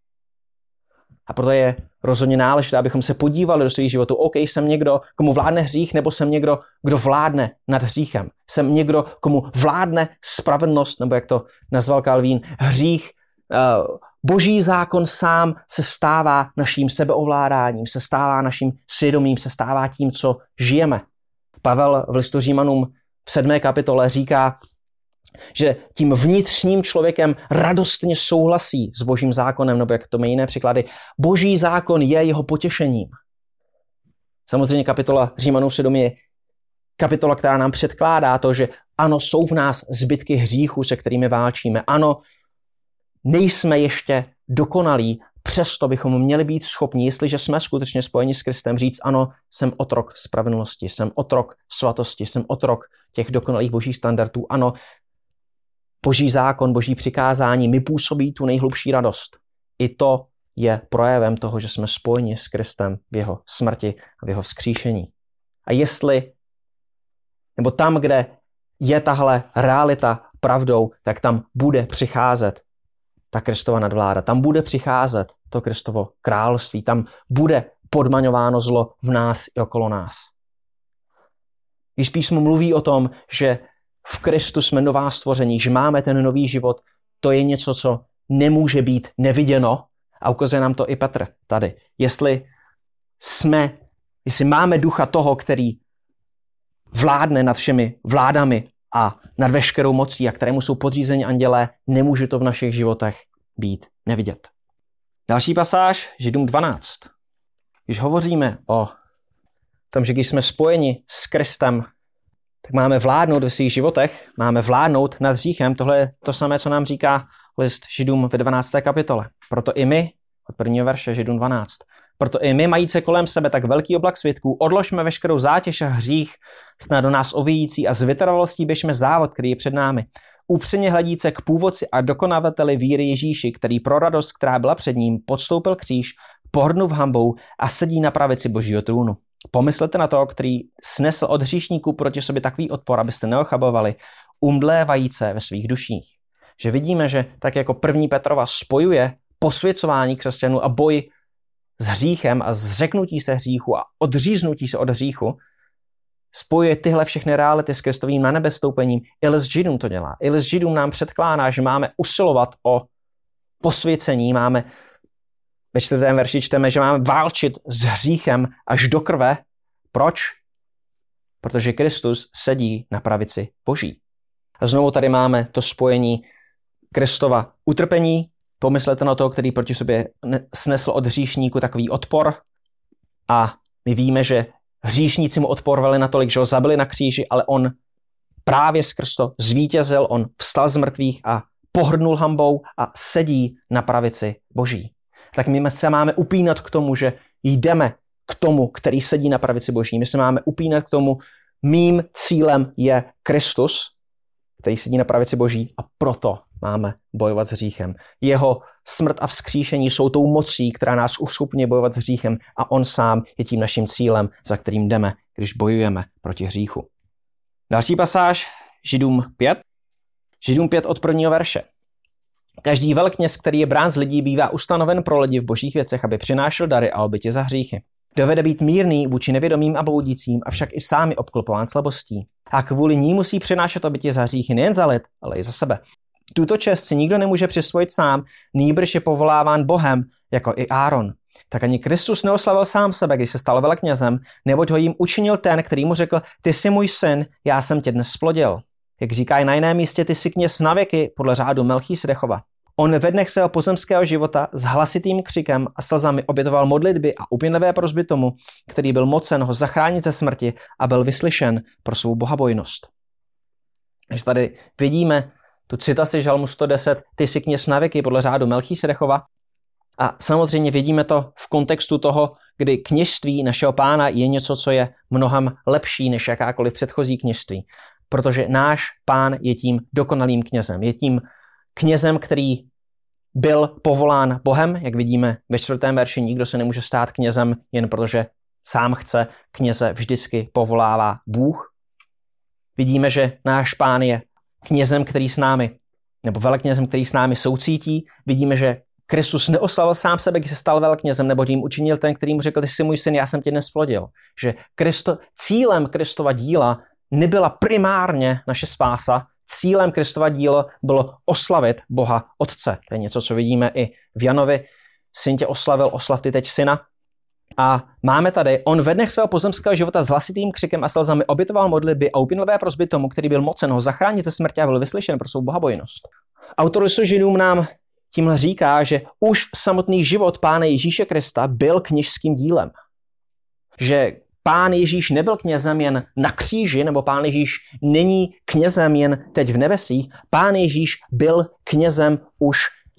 A proto je rozhodně náležité, abychom se podívali do svých životů. OK, jsem někdo, komu vládne hřích, nebo jsem někdo, kdo vládne nad hříchem. Jsem někdo, komu vládne spravedlnost, nebo jak to nazval Calvín, hřích. Boží zákon sám se stává naším sebeovládáním, se stává naším svědomím, se stává tím, co žijeme. Pavel v listu Římanům v sedmé kapitole říká, že tím vnitřním člověkem radostně souhlasí s Božím zákonem, nebo jak to mají jiné příklady. Boží zákon je jeho potěšením. Samozřejmě kapitola Římanům sedm je kapitola, která nám předkládá to, že ano, jsou v nás zbytky hříchu, se kterými válčíme. Ano, nejsme ještě dokonalí, přesto bychom měli být schopni, jestliže jsme skutečně spojeni s Kristem, říct ano, jsem otrok spravedlnosti, jsem otrok svatosti, jsem otrok těch dokonalých božích standardů. Ano, Boží zákon, Boží přikázání mi působí tu nejhlubší radost. I to je projevem toho, že jsme spojeni s Kristem v jeho smrti a v jeho vzkříšení. A jestli, nebo tam, kde je tahle realita pravdou, tak tam bude přicházet ta Kristova nadvláda. Tam bude přicházet to Kristovo království. Tam bude podmaňováno zlo v nás i okolo nás. Když písmo mluví o tom, že v Kristu jsme nová stvoření, že máme ten nový život, to je něco, co nemůže být neviděno a ukazuje nám to i Petr tady. Jestli jsme, jestli máme ducha toho, který vládne nad všemi vládami a nad veškerou mocí a kterému jsou podřízeni andělé, nemůže to v našich životech být nevidět. Další pasáž, Židům dvanáct. Když hovoříme o tom, že když jsme spojeni s Kristem, tak máme vládnout ve svých životech, máme vládnout nad hříchem. Tohle je to samé, co nám říká list Židům ve dvanácté kapitole. Proto i my, od prvního verše Židům dvanáct, proto i my, majíce kolem sebe tak velký oblak svědků, odložme veškerou zátěž a hřích, snad do nás ovíjící a s vytrvalostí běžme závod, který je před námi. Upřeně hledíce k původci a dokonavateli víry Ježíši, který pro radost, která byla před ním, podstoupil kříž, pohrdnul hanbou a sedí na pravici Božího trůnu. Pomyslete na toho, který snesl od hříšníků proti sobě takový odpor, abyste neochabovali, umdlévajíce ve svých duších. Že vidíme, že tak jako první Petrova spojuje posvěcování křesťanů a boj s hříchem a zřeknutí se hříchu a odříznutí se od hříchu, spojuje tyhle všechny reality s Kristovým nanebestoupením. I list Židům to dělá. I list Židům nám předkládá, že máme usilovat o posvěcení, máme ve čtvrtém verši čteme, že máme válčit s hříchem až do krve. Proč? Protože Kristus sedí na pravici Boží. A znovu tady máme to spojení Kristova utrpení. Pomyslete na toho, který proti sobě snesl od hříšníku takový odpor. A my víme, že hříšníci mu odporovali natolik, že ho zabili na kříži, ale on právě skrz to zvítězil, on vstal z mrtvých a pohrdnul hanbou a sedí na pravici Boží. Tak my se máme upínat k tomu, že jdeme k tomu, který sedí na pravici Boží. My se máme upínat k tomu, mým cílem je Kristus, který sedí na pravici Boží a proto máme bojovat s hříchem. Jeho smrt a vzkříšení jsou tou mocí, která nás uschopňuje bojovat s hříchem a on sám je tím naším cílem, za kterým jdeme, když bojujeme proti hříchu. Další pasáž, Židům pět. Židům pět od prvního verše. Každý velkněz, který je brán z lidí, bývá ustanoven pro lidi v božích věcech, aby přinášel dary a oběti za hříchy. Dovede být mírný vůči nevědomým a bloudícím, avšak i sám je obklopován slabostí. A kvůli ní musí přinášet oběti za hříchy nejen za lid, ale i za sebe. Tuto čest si nikdo nemůže přisvojit sám, nýbrž je povoláván Bohem, jako i Áron. Tak ani Kristus neoslavil sám sebe, když se stal veleknězem, neboť ho jim učinil ten, který mu řekl, ty jsi můj syn, já jsem tě dnes splodil. Jak říká i na jiném místě, ty jsi kněz na věky podle řádu Melchísedechova. On ve dnech svého pozemského života s hlasitým křikem a slzami obětoval modlitby a upěnlivé prosby tomu, který byl mocen ho zachránit ze smrti a byl vyslyšen pro svou bohabojnost. Takže tady vidíme tu citaci žalmu sto deset, ty jsi kněz na věky podle řádu Melchísedechova. A samozřejmě vidíme to v kontextu toho, kdy kněžství našeho Pána je něco, co je mnohem lepší než jakákoliv předchozí kněžství. Protože náš Pán je tím dokonalým knězem. Je tím knězem, který byl povolán Bohem, jak vidíme ve čtvrtém verši, nikdo se nemůže stát knězem, jen protože sám chce, kněze vždycky povolává Bůh. Vidíme, že náš Pán je knězem, který s námi, nebo veleknězem, který s námi soucítí. Vidíme, že Kristus neoslavil sám sebe, když se stal veleknězem, nebo tím učinil ten, který mu řekl, ty jsi můj syn, já jsem tě dnes splodil. Že Kristo, cílem Kristova díla nebyla primárně naše spása, cílem Kristova díla bylo oslavit Boha Otce. To je něco, co vidíme i v Janovi. Syn tě oslavil, oslav ty teď syna. A máme tady, on ve dnech svého pozemského života s hlasitým křikem a slzami obětoval modlitby a upínlivé prosby tomu, který byl mocen ho zachránit ze smrti a byl vyslyšen pro svou bohabojnost. Autor listu Židům nám tímhle říká, že už samotný život Pána Ježíše Krista byl kněžským dílem. Že Pán Ježíš nebyl knězem jen na kříži, nebo Pán Ježíš není knězem jen teď v nebesích. Pán Ježíš byl knězem už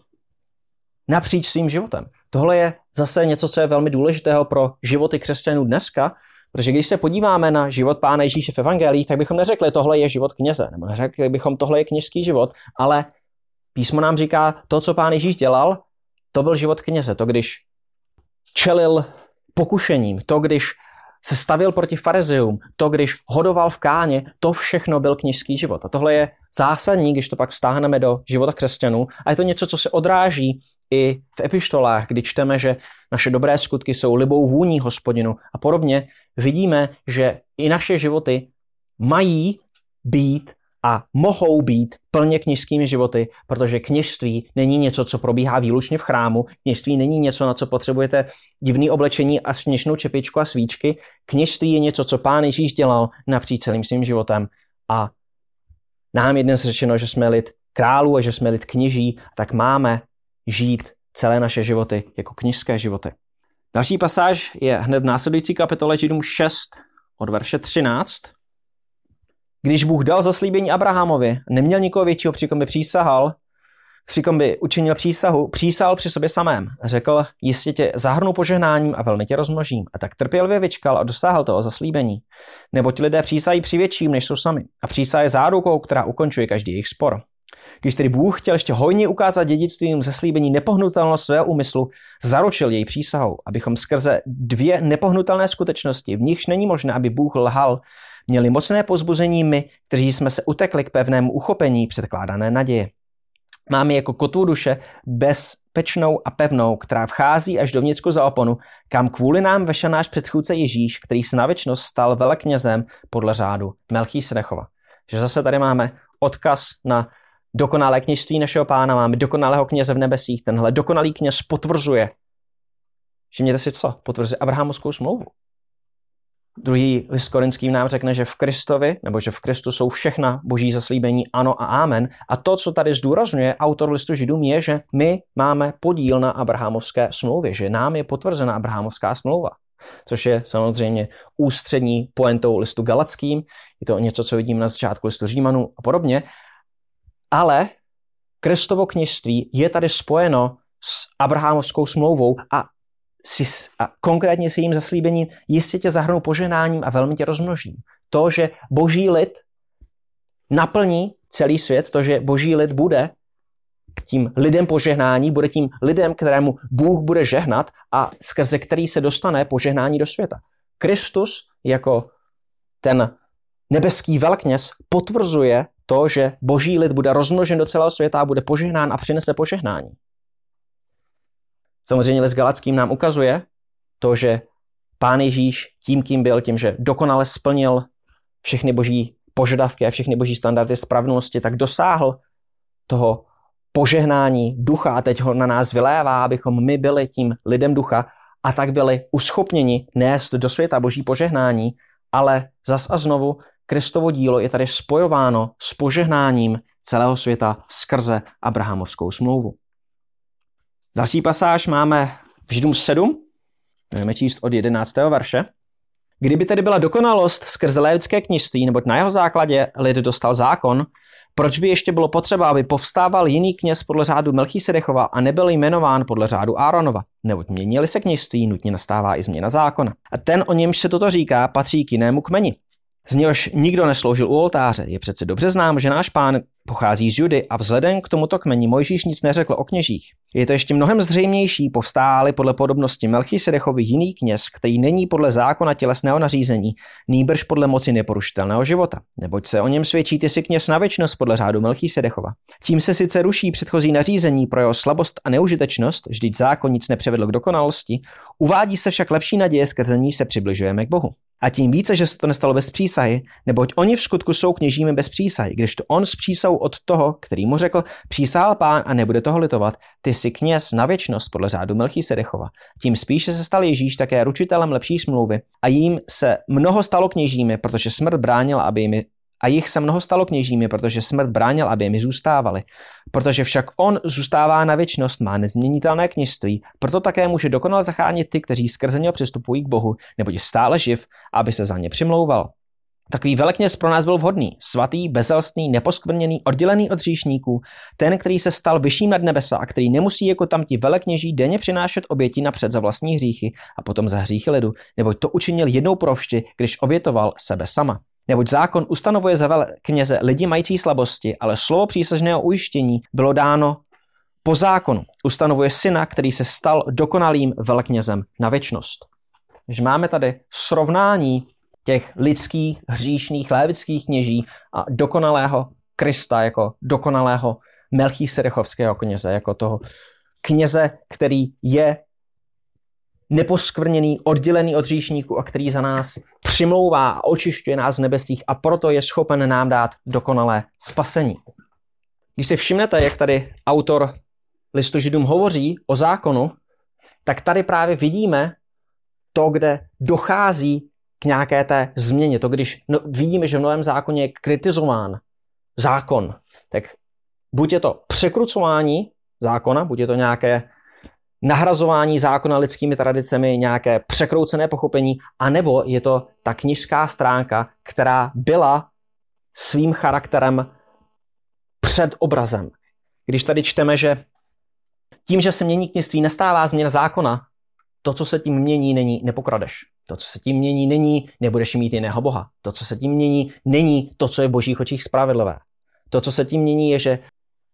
napříč svým životem. Tohle je zase něco, co je velmi důležitého pro životy křesťanů dneska, protože když se podíváme na život Pána Ježíše v evangelích, tak bychom neřekli, tohle je život kněze, nebo neřekli bychom, tohle je kněžský život, ale písmo nám říká, to, co Pán Ježíš dělal, to byl život kněze. To, když čelil pokušením, to, když se stavil proti farizeům, to, když hodoval v káně, to všechno byl kněžský život. A tohle je zásadní, když to pak vztáhneme do života křesťanů. A je to něco, co se odráží i v epištolách, kdy čteme, že naše dobré skutky jsou libou vůní Hospodinu a podobně. Vidíme, že i naše životy mají být a mohou být plně kněžskými životy, protože kněžství není něco, co probíhá výlučně v chrámu, kněžství není něco, na co potřebujete divný oblečení a směšnou čepičku a svíčky. Kněžství je něco, co Pán Ježíš dělal napříč celým svým životem a nám je dnes řečeno, že jsme lid králů a že jsme lid kněží, tak máme žít celé naše životy jako kněžské životy. Další pasáž je hned v následující kapitole Židům šest od verše třináct. Když Bůh dal zaslíbení Abrahamovi, neměl nikoho většího, při kom by přísahal, při kom by učinil přísahu, přísahal při sobě samém. Řekl, jistě tě zahrnu požehnáním a velmi tě rozmnožím. A tak trpělivě vyčkal a dosáhl toho zaslíbení. Neboť lidé přísahají při větším, než jsou sami. A přísah je zárukou, která ukončuje každý jejich spor. Když tedy Bůh chtěl ještě hojně ukázat dědictvím zaslíbení nepohnutelnost svého úmyslu, zaručil jej přísahou, abychom skrze dvě nepohnutelné skutečnosti, v nichž není možné, aby Bůh lhal, měli mocné povzbuzení my, kteří jsme se utekli k pevnému uchopení předkládané naděje. Máme jako kotvu duše bezpečnou a pevnou, která vchází až dovnitřku za oponu, kam kvůli nám vešel náš předchůdce Ježíš, který s na věčnost stal veleknězem podle řádu Melchísedechova. Že zase tady máme odkaz na dokonalé kněžství našeho Pána, máme dokonalého kněze v nebesích, tenhle dokonalý kněz potvrzuje, všimněte si co, potvrzuje Abrahamovskou smlouvu. Druhý list Korinským nám řekne, že v Kristovi, nebo že v Kristu jsou všechna boží zaslíbení ano a amen. A to, co tady zdůrazňuje autor listu Židům, je, že my máme podíl na Abrahamovské smlouvě, že nám je potvrzena Abrahamovská smlouva. Což je samozřejmě ústřední pointou listu Galackým. Je to něco, co vidíme na začátku listu Římanů a podobně. Ale Kristovo kněžství je tady spojeno s Abrahamovskou smlouvou a a konkrétně s jejím zaslíbením jistě tě zahrnu požehnáním a velmi tě rozmnožím. To, že boží lid naplní celý svět, to, že boží lid bude tím lidem požehnání, bude tím lidem, kterému Bůh bude žehnat a skrze který se dostane požehnání do světa. Kristus jako ten nebeský velkněz potvrzuje to, že boží lid bude rozmnožen do celého světa a bude požehnán a přinese požehnání. Samozřejmě list Galackým nám ukazuje to, že Pán Ježíš tím, kým byl, tím, že dokonale splnil všechny boží požadavky a všechny boží standardy spravedlnosti, tak dosáhl toho požehnání ducha a teď ho na nás vylévá, abychom my byli tím lidem ducha a tak byli uschopněni nést do světa boží požehnání, ale zas a znovu Kristovo dílo je tady spojováno s požehnáním celého světa skrze Abrahamovskou smlouvu. Další pasáž máme v Židům sedm, budeme číst od jedenáctého verše. Kdyby tedy byla dokonalost skrze lévické kněžství, neboť na jeho základě lid dostal zákon, proč by ještě bylo potřeba, aby povstával jiný kněz podle řádu Melchisedechova a nebyl jmenován podle řádu Áronova? Neboť měnili se kněžství, nutně nastává i změna zákona. A ten, o němž se toto říká, patří k jinému kmeni. Z něhož nikdo nesloužil u oltáře. Je přece dobře znám, že náš pán pochází z Judy a vzhledem k tomuto kmeni Mojžíš nic neřekl o kněžích. Je to ještě mnohem zřejmější, povstál po podobnosti Melchisedechovi jiný kněz, který není podle zákona tělesného nařízení, nýbrž podle moci neporušitelného života. Neboť se o něm svědčí ty si kněz na věčnost podle řádu Melchisedechova. Tím se sice ruší předchozí nařízení pro jeho slabost a neužitečnost, vždyť zákon nic nepřevedl k dokonalosti, uvádí se však lepší naděje, skrze ní se přibližujeme k Bohu. A tím více, že se to nestalo bez přísahy, neboť oni v skutku jsou kněžími bez přísahy, když to on s přísahou od toho, který mu řekl, přísahal pán a nebude toho litovat, ty jsi kněz na věčnost podle řádu Melchisedechova. Tím spíše se stal Ježíš také ručitelem lepší smlouvy a jim se mnoho stalo kněžími, protože smrt bránila, aby jimi a jich se mnoho stalo kněžími, protože smrt bránil, aby jimi zůstávali. Protože však on zůstává na věčnost, má nezměnitelné kněžství, proto také může dokonale zachránit ty, kteří skrze něho přistupují k Bohu, neboť je stále živ, aby se za ně přimlouval. Takový velekněz pro nás byl vhodný, svatý, bezelstný, neposkvrněný, oddělený od hříšníků, ten, který se stal vyšším nad nebesa a který nemusí jako tamti velekněží denně přinášet oběti napřed za vlastní hříchy a potom za hříchy lidu, neboť to učinil jednou provždy, když obětoval sebe sama. Neboť zákon ustanovuje za velekněze lidi mající slabosti, ale slovo přísažného ujištění bylo dáno po zákonu. Ustanovuje syna, který se stal dokonalým veleknězem na věčnost. Takže máme tady srovnání těch lidských, hříšných, lévických kněží a dokonalého Krista jako dokonalého Melchisedechovského kněze, jako toho kněze, který je neposkvrněný, oddělený od hříšníků a který za nás přimlouvá a očišťuje nás v nebesích a proto je schopen nám dát dokonalé spasení. Když si všimnete, jak tady autor listu Židům hovoří o zákonu, tak tady právě vidíme to, kde dochází k nějaké té změně. To, když no, vidíme, že v Novém zákoně je kritizován zákon, tak buď je to překrucování zákona, buď je to nějaké nahrazování zákona lidskými tradicemi, nějaké překroucené pochopení, anebo je to ta knižská stránka, která byla svým charakterem před obrazem. Když tady čteme, že tím, že se mění kněžství, nestává změna zákona, to, co se tím mění, není nepokradeš. To, co se tím mění, není nebudeš mít jiného boha. To, co se tím mění, není to, co je v božích očích spravedlivé. To, co se tím mění, je, že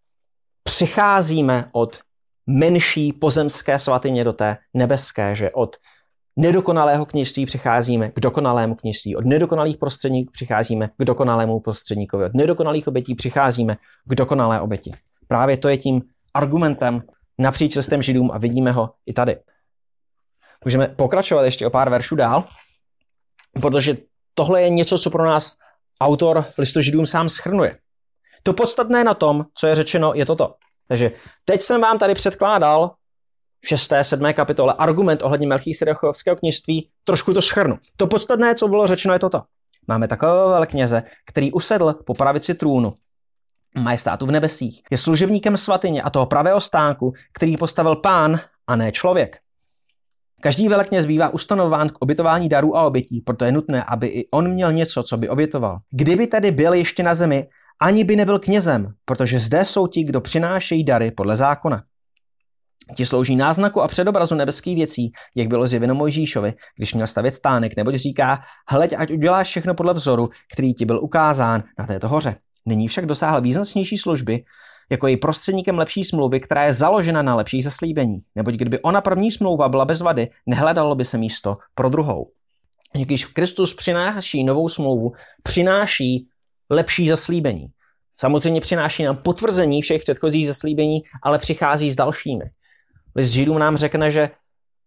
přicházíme od menší pozemské svatyně do té nebeské, že od nedokonalého kněžství přicházíme k dokonalému kněžství, od nedokonalých prostředníků přicházíme k dokonalému prostředníkovi, od nedokonalých obětí přicházíme k dokonalé oběti. Právě to je tím argumentem napříč listem Židům a vidíme ho i tady. Můžeme pokračovat ještě o pár veršů dál, protože tohle je něco, co pro nás autor listu Židům sám shrnuje. To podstatné na tom, co je řečeno, je toto. Takže teď jsem vám tady předkládal v šesté, sedmé kapitole argument ohledně Melchisedechovského kněžství, trošku to shrnu. To podstatné, co bylo řečeno, je toto. Máme takového velekněze, který usedl po pravici trůnu majestátu v nebesích. Je služebníkem svatyně a toho pravého stánku, který postavil Pán a ne člověk. Každý velekněz bývá ustanován k obětování darů a obětí, proto je nutné, aby i on měl něco, co by obětoval. Kdyby tedy byl ještě na zemi, ani by nebyl knězem, protože zde jsou ti, kdo přinášejí dary podle zákona. Ti slouží náznaku a předobrazu nebeských věcí, jak bylo zjeveno Mojžíšovi, když měl stavět stánek, neboť říká, hleď, ať uděláš všechno podle vzoru, který ti byl ukázán na této hoře. Nyní však dosáhl význačnější služby, jako je prostředníkem lepší smlouvy, která je založena na lepších zaslíbení. Neboť kdyby ona první smlouva byla bez vady, nehledalo by se místo pro druhou. Když Kristus přináší novou smlouvu, přináší lepší zaslíbení. Samozřejmě přináší nám potvrzení všech předchozích zaslíbení, ale přichází s dalšími. List Židům nám řekne, že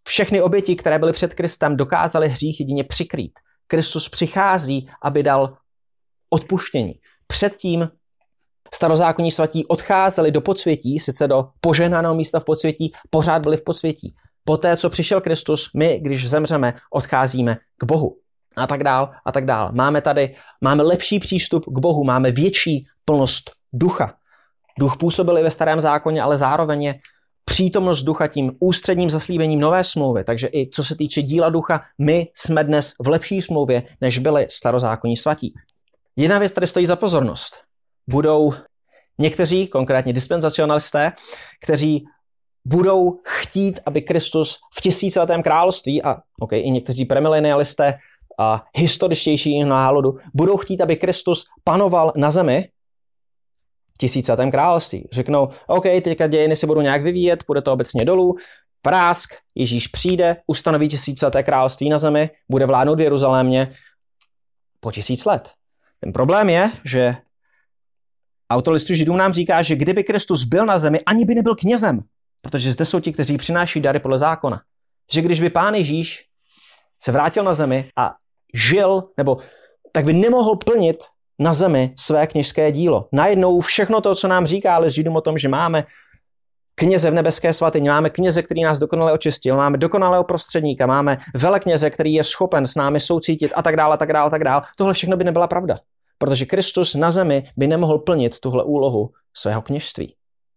Všechny oběti, které byly před Kristem, dokázaly hřích jedině přikrýt. Kristus přichází, aby dal odpuštění. Předtím starozákonní svatí odcházeli do podsvětí, sice do požehnaného místa v podsvětí, pořád byli v podsvětí. Poté, co přišel Kristus, my, když zemřeme, odcházíme k Bohu. A tak dál, a tak dál. Máme tady, máme lepší přístup k Bohu, máme větší plnost ducha. Duch působil i ve starém zákoně, ale zároveň je přítomnost ducha tím ústředním zaslíbením nové smlouvy. Takže i co se týče díla ducha, my jsme dnes v lepší smlouvě, než byli starozákonní svatí. Jedna věc tady stojí za pozornost. Budou někteří, konkrétně dispenzacionalisté, kteří budou chtít, aby Kristus v tisíciletém království, a okay, i někteří premilenialisté a historičtější nálodu, budou chtít, aby Kristus panoval na zemi v tisíciletém království. Řeknou, OK, teďka dějiny se budou nějak vyvíjet, půjde to obecně dolů, prásk, Ježíš přijde, ustanoví tisícileté království na zemi, bude vládnout v Jeruzalémě po tisíc let. Ten problém je, že autor listu Židům nám říká, že kdyby Kristus byl na zemi, ani by nebyl knězem, protože zde jsou ti, kteří přináší dary podle zákona. Že když by Pán Ježíš se vrátil na zemi a žil, nebo tak by nemohl plnit na zemi své kněžské dílo. Najednou všechno to, co nám říká list Židům o tom, že máme kněze v nebeské svatyni, máme kněze, který nás dokonale očistil, máme dokonalého prostředníka, máme velekněze, který je schopen s námi soucítit a tak dále, a tak dále, a tak dále. Tohle všechno by nebyla pravda, protože Kristus na zemi by nemohl plnit tuhle úlohu svého kněžství.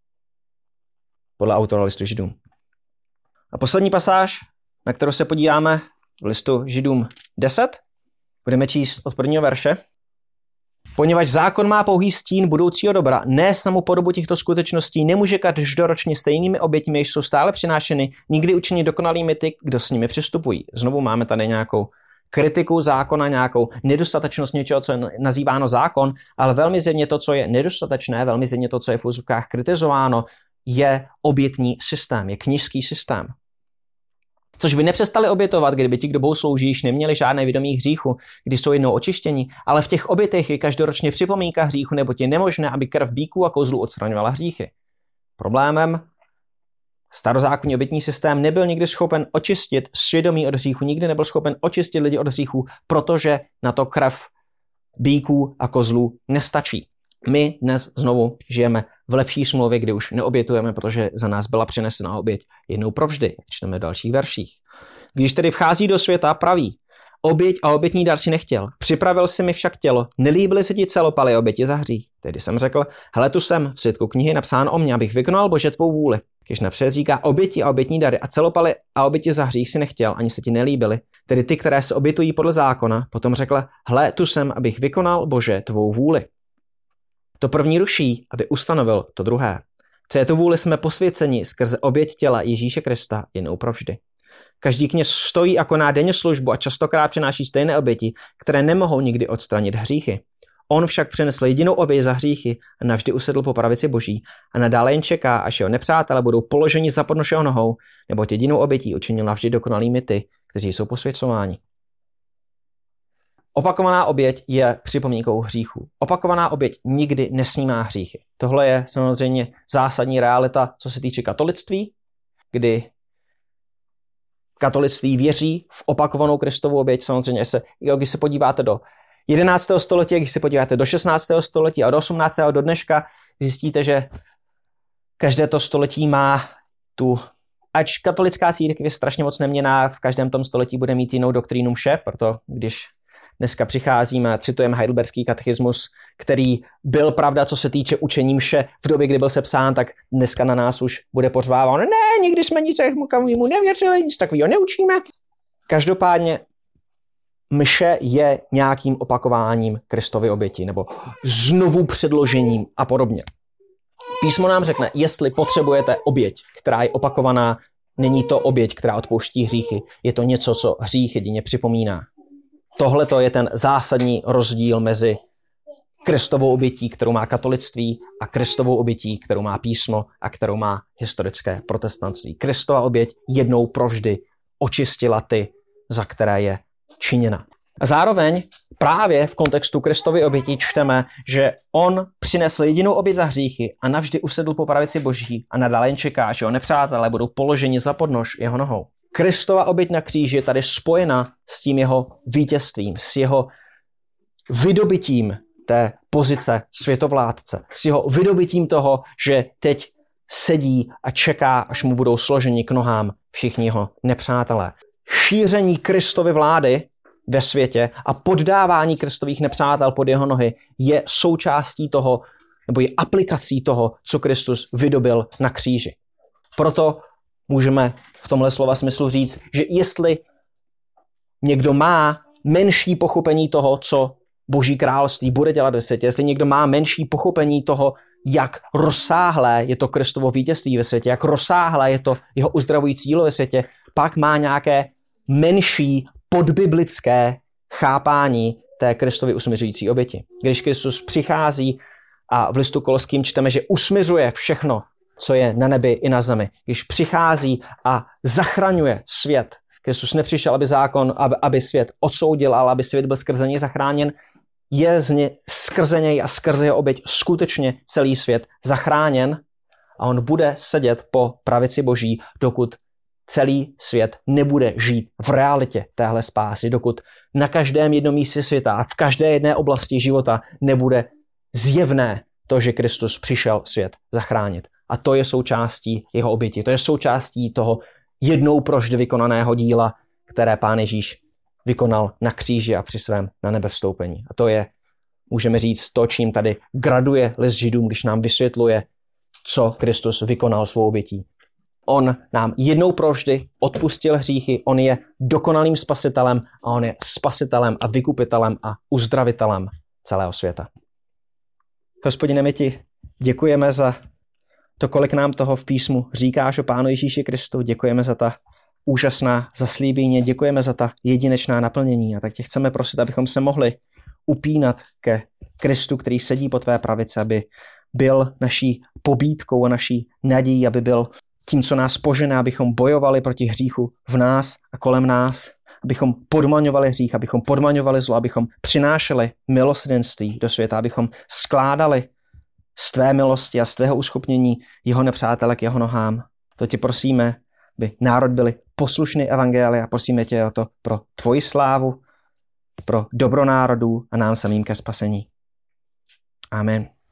Podle autora listu Židům. A poslední pasáž, na kterou se podíváme v listu Židům deset, budeme číst od prvního verše. Poněvadž zákon má pouhý stín budoucího dobra, ne samou podobu těchto skutečností, nemůže každoročně stejnými oběťmi, jež jsou stále přinášeny, nikdy učinit dokonalými ty, kdo s nimi přistupují. Znovu máme tady nějakou kritiku zákona, nějakou nedostatečnost něčeho, co je nazýváno zákon, ale velmi zjevně to, co je nedostatečné, velmi zjevně to, co je v úzovkách kritizováno, je obětní systém, je kněžský systém. Což by nepřestali obětovat, kdyby ti, kdo Bohu slouží, již neměli žádné vědomí hříchu, když jsou jednou očištěni, ale v těch obětech je každoročně připomínka hříchu, nebo je nemožné, aby krev bíků a kozlů odstraňovala hříchy. Problémem starozákonní obětní systém nebyl nikdy schopen očistit svědomí od hříchu, nikdy nebyl schopen očistit lidi od hříchu, protože na to krev bíků a kozlů nestačí. My dnes znovu žijeme v lepší smlouvě, kdy už neobětujeme, protože za nás byla přinesena oběť jednou provždy, jak čteme v dalších verších. Když tedy vchází do světa, praví, oběť a obětní dar si nechtěl, připravil si mi však tělo, nelíbily se ti celopaly oběti za hřích. Tedy jsem řekl, hele tu jsem, v světku knihy napsáno o mě, abych vykonal Bože tvou vůli. Když napřed říká oběti a obětní dary a celopaly a oběti za hřích si nechtěl, ani se ti nelíbily, tedy ty, které se obětují podle zákona, potom řekl, hle tu jsem, abych vykonal Bože tvou vůli. To první ruší, aby ustanovil to druhé. V této vůli jsme posvěceni skrze oběť těla Ježíše Krista jednou provždy. Každý kněz stojí a koná denně službu a častokrát přináší stejné oběti, které nemohou nikdy odstranit hříchy. On však přinesl jedinou oběť za hříchy a navždy usedl po pravici Boží a nadále jen čeká, až jeho nepřátelé budou položeni za podnož jeho nohou, neboť jedinou obětí učinil navždy dokonalými ty, kteří jsou posvěcováni. Opakovaná oběť je připomínkou hříchu. Opakovaná oběť nikdy nesnímá hříchy. Tohle je samozřejmě zásadní realita, co se týče katolictví, kdy katolictví věří v opakovanou Kristovu oběť. Samozřejmě, se, když se podíváte do jedenáctého století, když se podíváte do šestnáctého století a do osmnáctého do dneška, zjistíte, že každé to století má tu, ač katolická církev je strašně moc neměnná, v každém tom století bude mít jinou doktrínu mše, proto když dneska přicházíme a citujeme Heidelberský katechismus, který byl pravda, co se týče učení mše v době, kdy byl sepsán, tak dneska na nás už bude pořváván. Ne, nikdy jsme nic mu nevěřili, nic takového neučíme. Každopádně mše je nějakým opakováním Kristovy oběti nebo znovu předložením a podobně. Písmo nám řekne, jestli potřebujete oběť, která je opakovaná, není to oběť, která odpouští hříchy, je to něco, co hřích jedině připomíná. Tohle je ten zásadní rozdíl mezi Kristovou obětí, kterou má katolictví, a Kristovou obětí, kterou má písmo a kterou má historické protestantství. Kristova oběť jednou provždy očistila ty, za které je činěna. A zároveň právě v kontextu Kristovy oběti čteme, že on přinesl jedinou oběť za hříchy a navždy usedl po pravici Boží a nadále jen čeká, že jeho nepřátelé budou položeni za podnož jeho nohou. Kristova oběť na kříži je tady spojena s tím jeho vítězstvím, s jeho vydobytím té pozice světovládce, s jeho vydobytím toho, že teď sedí a čeká, až mu budou složeni k nohám všichni jeho nepřátelé. Šíření Kristovy vlády ve světě a poddávání Kristových nepřátel pod jeho nohy je součástí toho, nebo je aplikací toho, co Kristus vydobil na kříži. Proto můžeme v tomhle slova smyslu říct, že jestli někdo má menší pochopení toho, co Boží království bude dělat ve světě, jestli někdo má menší pochopení toho, jak rozsáhlé je to Kristovo vítězství ve světě, jak rozsáhlé je to jeho uzdravující dílo ve světě, pak má nějaké menší podbiblické chápání té Kristovy usmiřující oběti. Když Kristus přichází a v listu Koloským čteme, že usmiřuje všechno, co je na nebi i na zemi. Když přichází a zachraňuje svět. Kristus nepřišel, aby zákon, aby, aby svět odsoudil, ale aby svět byl skrze něj zachráněn. Je z ně, skrze něj a skrze jeho oběť skutečně celý svět zachráněn a on bude sedět po pravici Boží, dokud celý svět nebude žít v realitě téhle spásy, dokud na každém jednom místě světa a v každé jedné oblasti života nebude zjevné to, že Kristus přišel svět zachránit. A to je součástí jeho oběti. To je součástí toho jednou provždy vykonaného díla, které Pán Ježíš vykonal na kříži a při svém na nebe vstoupení. A to je, můžeme říct, to, čím tady graduje list Židům, když nám vysvětluje, co Kristus vykonal svou obětí. On nám jednou provždy odpustil hříchy, on je dokonalým spasitelem a on je spasitelem a vykupitelem a uzdravitelem celého světa. Hospodine, my ti děkujeme za to, kolik nám toho v písmu říkáš o Pánu Ježíši Kristu. Děkujeme za ta úžasná zaslíbení, děkujeme za ta jedinečná naplnění a tak tě chceme prosit, abychom se mohli upínat ke Kristu, který sedí po tvé pravici, aby byl naší pobídkou a naší nadějí, aby byl tím, co nás požená, abychom bojovali proti hříchu v nás a kolem nás, abychom podmaňovali hřích, abychom podmaňovali zlo, abychom přinášeli milosrdenství do světa, abychom skládali z tvé milosti a z tvého uschopnění jeho nepřátele k jeho nohám. To ti prosíme, aby národ byli poslušný evangeli a prosíme tě o to pro tvoji slávu, pro dobro národů a nám samým ke spasení. Amen.